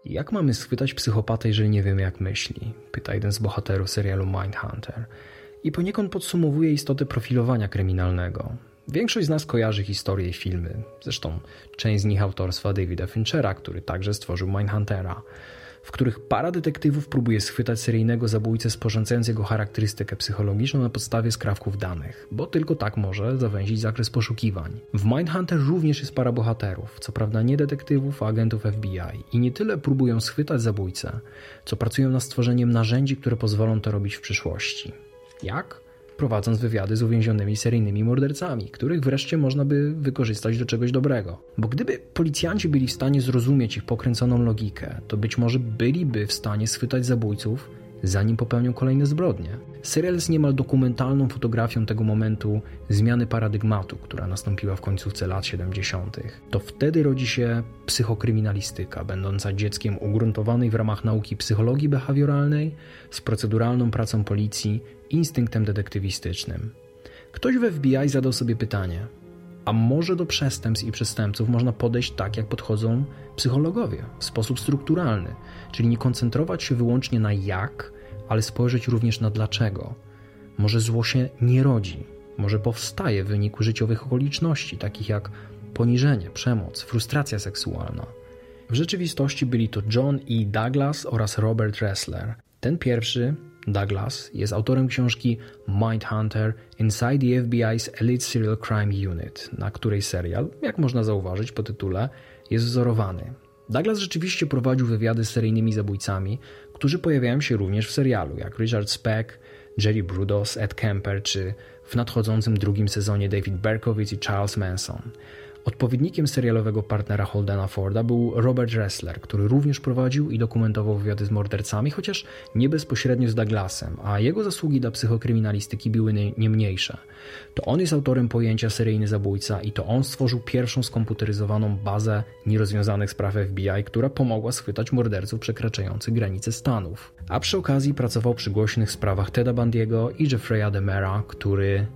Jak mamy schwytać psychopatę, jeżeli nie wiemy jak myśli? Pyta jeden z bohaterów serialu Mindhunter. I poniekąd podsumowuje istotę profilowania kryminalnego. Większość z nas kojarzy historie i filmy. Zresztą część z nich autorstwa Davida Finchera, który także stworzył Mindhuntera, w których para detektywów próbuje schwytać seryjnego zabójcę, sporządzając jego charakterystykę psychologiczną na podstawie skrawków danych, bo tylko tak może zawęzić zakres poszukiwań. W Mindhunter również jest para bohaterów, co prawda nie detektywów, a agentów FBI i nie tyle próbują schwytać zabójcę, co pracują nad stworzeniem narzędzi, które pozwolą to robić w przyszłości. Jak? Prowadząc wywiady z uwięzionymi seryjnymi mordercami, których wreszcie można by wykorzystać do czegoś dobrego. Bo gdyby policjanci byli w stanie zrozumieć ich pokręconą logikę, to być może byliby w stanie schwytać zabójców, zanim popełnią kolejne zbrodnie. Serial jest niemal dokumentalną fotografią tego momentu zmiany paradygmatu, która nastąpiła w końcówce lat 70. To wtedy rodzi się psychokryminalistyka, będąca dzieckiem ugruntowanej w ramach nauki psychologii behawioralnej, z proceduralną pracą policji, instynktem detektywistycznym. Ktoś w FBI zadał sobie pytanie, a może do przestępstw i przestępców można podejść tak, jak podchodzą psychologowie, w sposób strukturalny, czyli nie koncentrować się wyłącznie na jak, ale spojrzeć również na dlaczego. Może zło się nie rodzi, może powstaje w wyniku życiowych okoliczności, takich jak poniżenie, przemoc, frustracja seksualna. W rzeczywistości byli to John E. Douglas oraz Robert Ressler. Ten pierwszy, Douglas, jest autorem książki Mindhunter Inside the FBI's Elite Serial Crime Unit, na której serial, jak można zauważyć po tytule, jest wzorowany. Douglas rzeczywiście prowadził wywiady z seryjnymi zabójcami, którzy pojawiają się również w serialu, jak Richard Speck, Jerry Brudos, Ed Kemper, czy w nadchodzącym drugim sezonie David Berkowitz i Charles Manson. Odpowiednikiem serialowego partnera Holdena Forda był Robert Ressler, który również prowadził i dokumentował wywiady z mordercami, chociaż nie bezpośrednio z Douglasem, a jego zasługi dla psychokryminalistyki były nie mniejsze. To on jest autorem pojęcia seryjny zabójca i to on stworzył pierwszą skomputeryzowaną bazę nierozwiązanych spraw FBI, która pomogła schwytać morderców przekraczających granice Stanów. A przy okazji pracował przy głośnych sprawach Teda Bundy'ego i Jeffrey'a Dahmera, który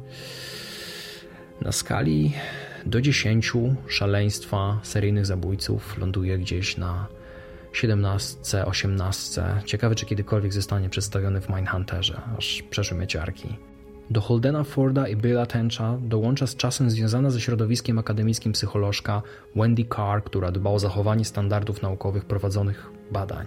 na skali do 10 szaleństwa seryjnych zabójców ląduje gdzieś na 17, 18. Ciekawe, czy kiedykolwiek zostanie przedstawiony w Mindhunterze, aż przeszły mnie ciarki. Do Holdena Forda i Billa Tencha dołącza z czasem związana ze środowiskiem akademickim psycholożka Wendy Carr, która dba o zachowanie standardów naukowych prowadzonych badań.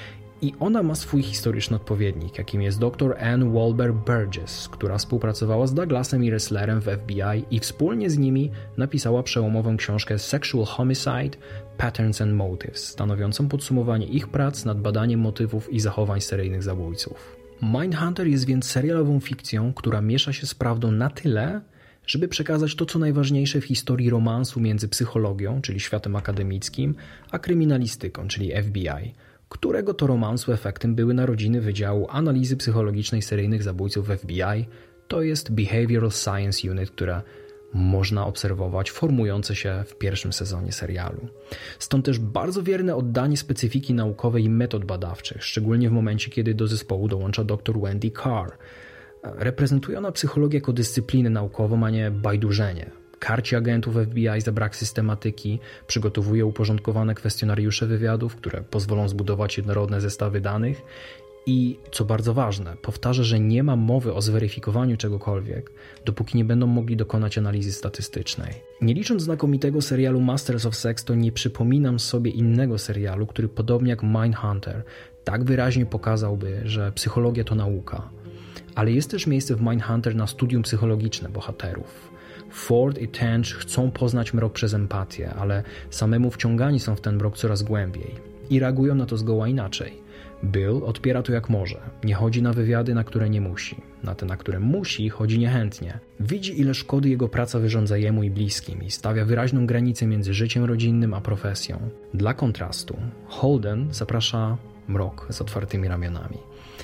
I ona ma swój historyczny odpowiednik, jakim jest dr Ann Wahlberg Burgess, która współpracowała z Douglasem i Resslerem w FBI i wspólnie z nimi napisała przełomową książkę Sexual Homicide – Patterns and Motives, stanowiącą podsumowanie ich prac nad badaniem motywów i zachowań seryjnych zabójców. Mindhunter jest więc serialową fikcją, która miesza się z prawdą na tyle, żeby przekazać to, co najważniejsze w historii romansu między psychologią, czyli światem akademickim, a kryminalistyką, czyli FBI, którego to romansu efektem były narodziny Wydziału Analizy Psychologicznej Seryjnych Zabójców FBI, to jest Behavioral Science Unit, które można obserwować formujące się w pierwszym sezonie serialu. Stąd też bardzo wierne oddanie specyfiki naukowej i metod badawczych, szczególnie w momencie, kiedy do zespołu dołącza dr Wendy Carr. Reprezentuje ona psychologię jako dyscyplinę naukową, a nie bajdurzenie. Karci agentów FBI za brak systematyki, przygotowuje uporządkowane kwestionariusze wywiadów, które pozwolą zbudować jednorodne zestawy danych i, co bardzo ważne, powtarza, że nie ma mowy o zweryfikowaniu czegokolwiek, dopóki nie będą mogli dokonać analizy statystycznej. Nie licząc znakomitego serialu Masters of Sex, to nie przypominam sobie innego serialu, który podobnie jak Mindhunter tak wyraźnie pokazałby, że psychologia to nauka. Ale jest też miejsce w Mindhunter na studium psychologiczne bohaterów. Ford i Tench chcą poznać mrok przez empatię, ale samemu wciągani są w ten mrok coraz głębiej i reagują na to zgoła inaczej. Bill odpiera to jak może. Nie chodzi na wywiady, na które nie musi. Na te, na które musi, chodzi niechętnie. Widzi, ile szkody jego praca wyrządza jemu i bliskim i stawia wyraźną granicę między życiem rodzinnym a profesją. Dla kontrastu Holden zaprasza mrok z otwartymi ramionami.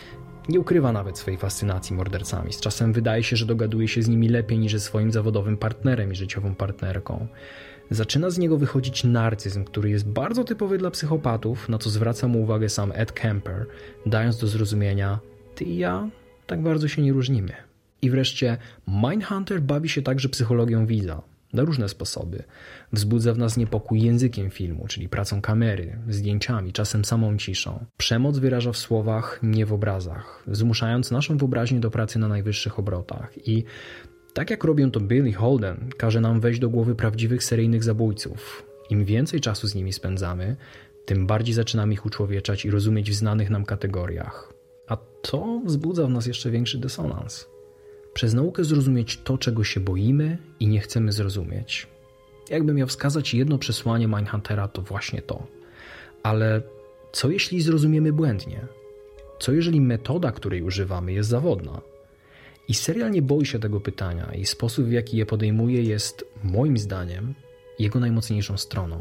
Nie ukrywa nawet swojej fascynacji mordercami. Z czasem wydaje się, że dogaduje się z nimi lepiej niż ze swoim zawodowym partnerem i życiową partnerką. Zaczyna z niego wychodzić narcyzm, który jest bardzo typowy dla psychopatów, na co zwraca mu uwagę sam Ed Kemper, dając do zrozumienia: ty i ja tak bardzo się nie różnimy. I wreszcie Mindhunter bawi się także psychologią widza. na różne sposoby. Wzbudza w nas niepokój językiem filmu, czyli pracą kamery, zdjęciami, czasem samą ciszą. Przemoc wyraża w słowach, nie w obrazach, zmuszając naszą wyobraźnię do pracy na najwyższych obrotach. I tak jak robią to Bill i Holden, każe nam wejść do głowy prawdziwych seryjnych zabójców. Im więcej czasu z nimi spędzamy, tym bardziej zaczynamy ich uczłowieczać i rozumieć w znanych nam kategoriach. A to wzbudza w nas jeszcze większy dysonans. Przez naukę zrozumieć to, czego się boimy i nie chcemy zrozumieć. Jakbym miał wskazać jedno przesłanie Mindhuntera, to właśnie to. Ale co jeśli zrozumiemy błędnie? Co jeżeli metoda, której używamy, jest zawodna? I serial nie boi się tego pytania i sposób, w jaki je podejmuje, jest, moim zdaniem, jego najmocniejszą stroną.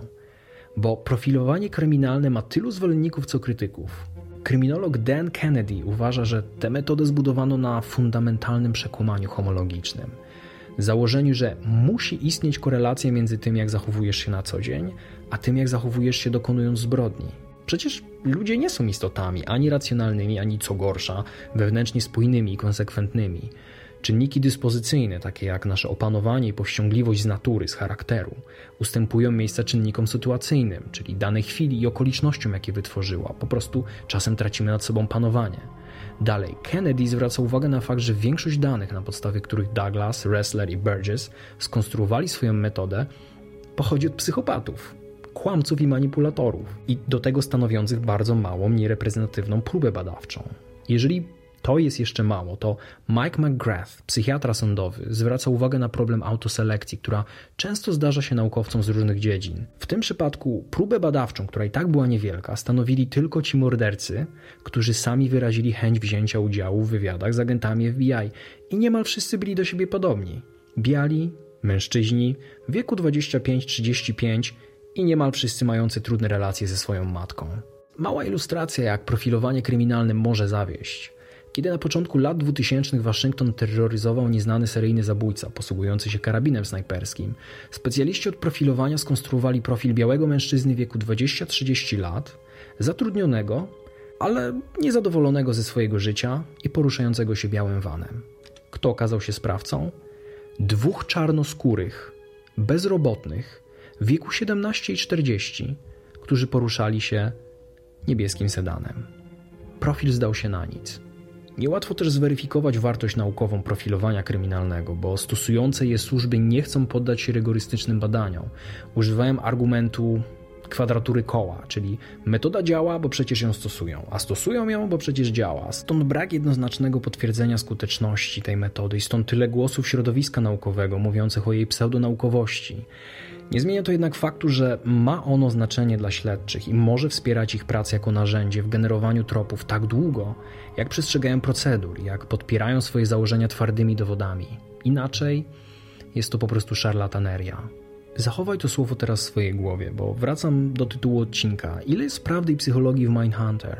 Bo profilowanie kryminalne ma tylu zwolenników, co krytyków. Kryminolog Dan Kennedy uważa, że tę metodę zbudowano na fundamentalnym przekłamaniu homologicznym. Założeniu, że musi istnieć korelacja między tym, jak zachowujesz się na co dzień, a tym, jak zachowujesz się dokonując zbrodni. Przecież ludzie nie są istotami ani racjonalnymi, ani co gorsza, wewnętrznie spójnymi i konsekwentnymi. Czynniki dyspozycyjne, takie jak nasze opanowanie i powściągliwość z natury, z charakteru, ustępują miejsca czynnikom sytuacyjnym, czyli danej chwili i okolicznościom, jakie wytworzyła. Po prostu czasem tracimy nad sobą panowanie. Dalej, Kennedy zwraca uwagę na fakt, że większość danych, na podstawie których Douglas, Ressler i Burgess skonstruowali swoją metodę, pochodzi od psychopatów, kłamców i manipulatorów i do tego stanowiących bardzo małą, niereprezentatywną próbę badawczą. Jeżeli to jest jeszcze mało, to Mike McGrath, psychiatra sądowy, zwraca uwagę na problem autoselekcji, która często zdarza się naukowcom z różnych dziedzin. W tym przypadku próbę badawczą, która i tak była niewielka, stanowili tylko ci mordercy, którzy sami wyrazili chęć wzięcia udziału w wywiadach z agentami FBI i niemal wszyscy byli do siebie podobni. Biali, mężczyźni, w wieku 25-35 i niemal wszyscy mający trudne relacje ze swoją matką. Mała ilustracja, jak profilowanie kryminalne może zawieść. Kiedy na początku lat 2000 Waszyngton terroryzował nieznany seryjny zabójca posługujący się karabinem snajperskim, specjaliści od profilowania skonstruowali profil białego mężczyzny w wieku 20-30 lat, zatrudnionego, ale niezadowolonego ze swojego życia i poruszającego się białym vanem. Kto okazał się sprawcą? 2 czarnoskórych, bezrobotnych, w wieku 17 i 40, którzy poruszali się niebieskim sedanem. Profil zdał się na nic. Niełatwo też zweryfikować wartość naukową profilowania kryminalnego, bo stosujące je służby nie chcą poddać się rygorystycznym badaniom. Używają argumentu kwadratury koła, czyli metoda działa, bo przecież ją stosują, a stosują ją, bo przecież działa. Stąd brak jednoznacznego potwierdzenia skuteczności tej metody i stąd tyle głosów środowiska naukowego mówiących o jej pseudonaukowości. Nie zmienia to jednak faktu, że ma ono znaczenie dla śledczych i może wspierać ich pracę jako narzędzie w generowaniu tropów tak długo, jak przestrzegają procedur, jak podpierają swoje założenia twardymi dowodami. Inaczej jest to po prostu szarlataneria. Zachowaj to słowo teraz w swojej głowie, bo wracam do tytułu odcinka. Ile jest prawdy i psychologii w Mindhunter?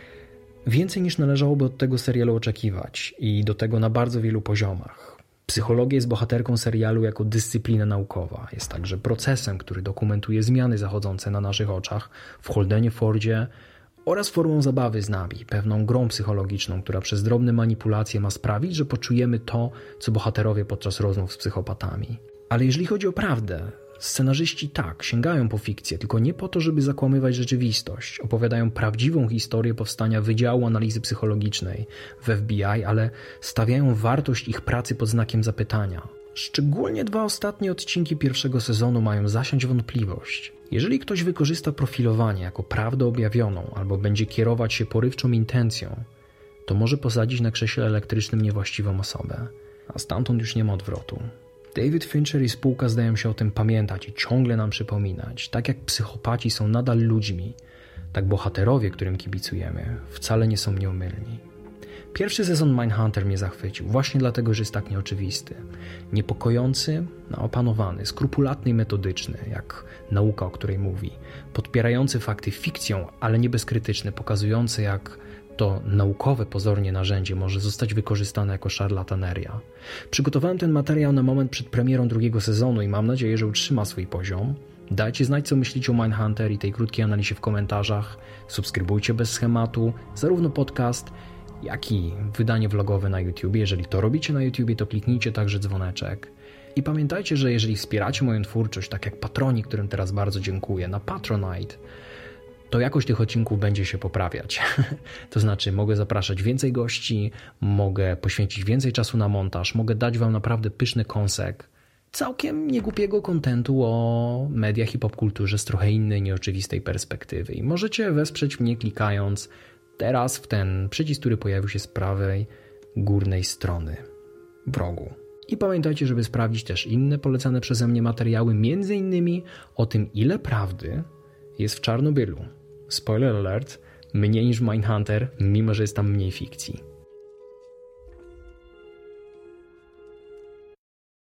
Więcej niż należałoby od tego serialu oczekiwać i do tego na bardzo wielu poziomach. Psychologia jest bohaterką serialu jako dyscyplina naukowa. Jest także procesem, który dokumentuje zmiany zachodzące na naszych oczach w Holdenie Fordzie oraz formą zabawy z nami, pewną grą psychologiczną, która przez drobne manipulacje ma sprawić, że poczujemy to, co bohaterowie podczas rozmów z psychopatami. Ale jeżeli chodzi o prawdę, scenarzyści tak, sięgają po fikcję, tylko nie po to, żeby zakłamywać rzeczywistość. Opowiadają prawdziwą historię powstania Wydziału Analizy Psychologicznej w FBI, ale stawiają wartość ich pracy pod znakiem zapytania. Szczególnie 2 ostatnie odcinki pierwszego sezonu mają zasiać wątpliwość. Jeżeli ktoś wykorzysta profilowanie jako prawdę objawioną albo będzie kierować się porywczą intencją, to może posadzić na krześle elektrycznym niewłaściwą osobę, a stamtąd już nie ma odwrotu. David Fincher i spółka zdają się o tym pamiętać i ciągle nam przypominać. Tak jak psychopaci są nadal ludźmi, tak bohaterowie, którym kibicujemy, wcale nie są nieomylni. Pierwszy sezon Mindhunter mnie zachwycił, właśnie dlatego, że jest tak nieoczywisty. Niepokojący, opanowany, skrupulatny i metodyczny, jak nauka, o której mówi. Podpierający fakty fikcją, ale nie bezkrytyczny, pokazujący jak to naukowe pozornie narzędzie może zostać wykorzystane jako szarlataneria. Przygotowałem ten materiał na moment przed premierą 2. sezonu i mam nadzieję, że utrzyma swój poziom. Dajcie znać, co myślicie o Mindhunter i tej krótkiej analizie w komentarzach. Subskrybujcie bez schematu zarówno podcast, jak i wydanie vlogowe na YouTube. Jeżeli to robicie na YouTube, to kliknijcie także dzwoneczek. I pamiętajcie, że jeżeli wspieracie moją twórczość, tak jak patroni, którym teraz bardzo dziękuję, na Patronite, to jakość tych odcinków będzie się poprawiać. To znaczy mogę zapraszać więcej gości, mogę poświęcić więcej czasu na montaż, mogę dać wam naprawdę pyszny kąsek całkiem niegłupiego kontentu o mediach i popkulturze z trochę innej, nieoczywistej perspektywy. I możecie wesprzeć mnie klikając teraz w ten przycisk, który pojawił się z prawej górnej strony w rogu. I pamiętajcie, żeby sprawdzić też inne polecane przeze mnie materiały, między innymi o tym, ile prawdy jest w Czarnobylu. Spoiler alert, mniej niż w Mindhunter, mimo że jest tam mniej fikcji.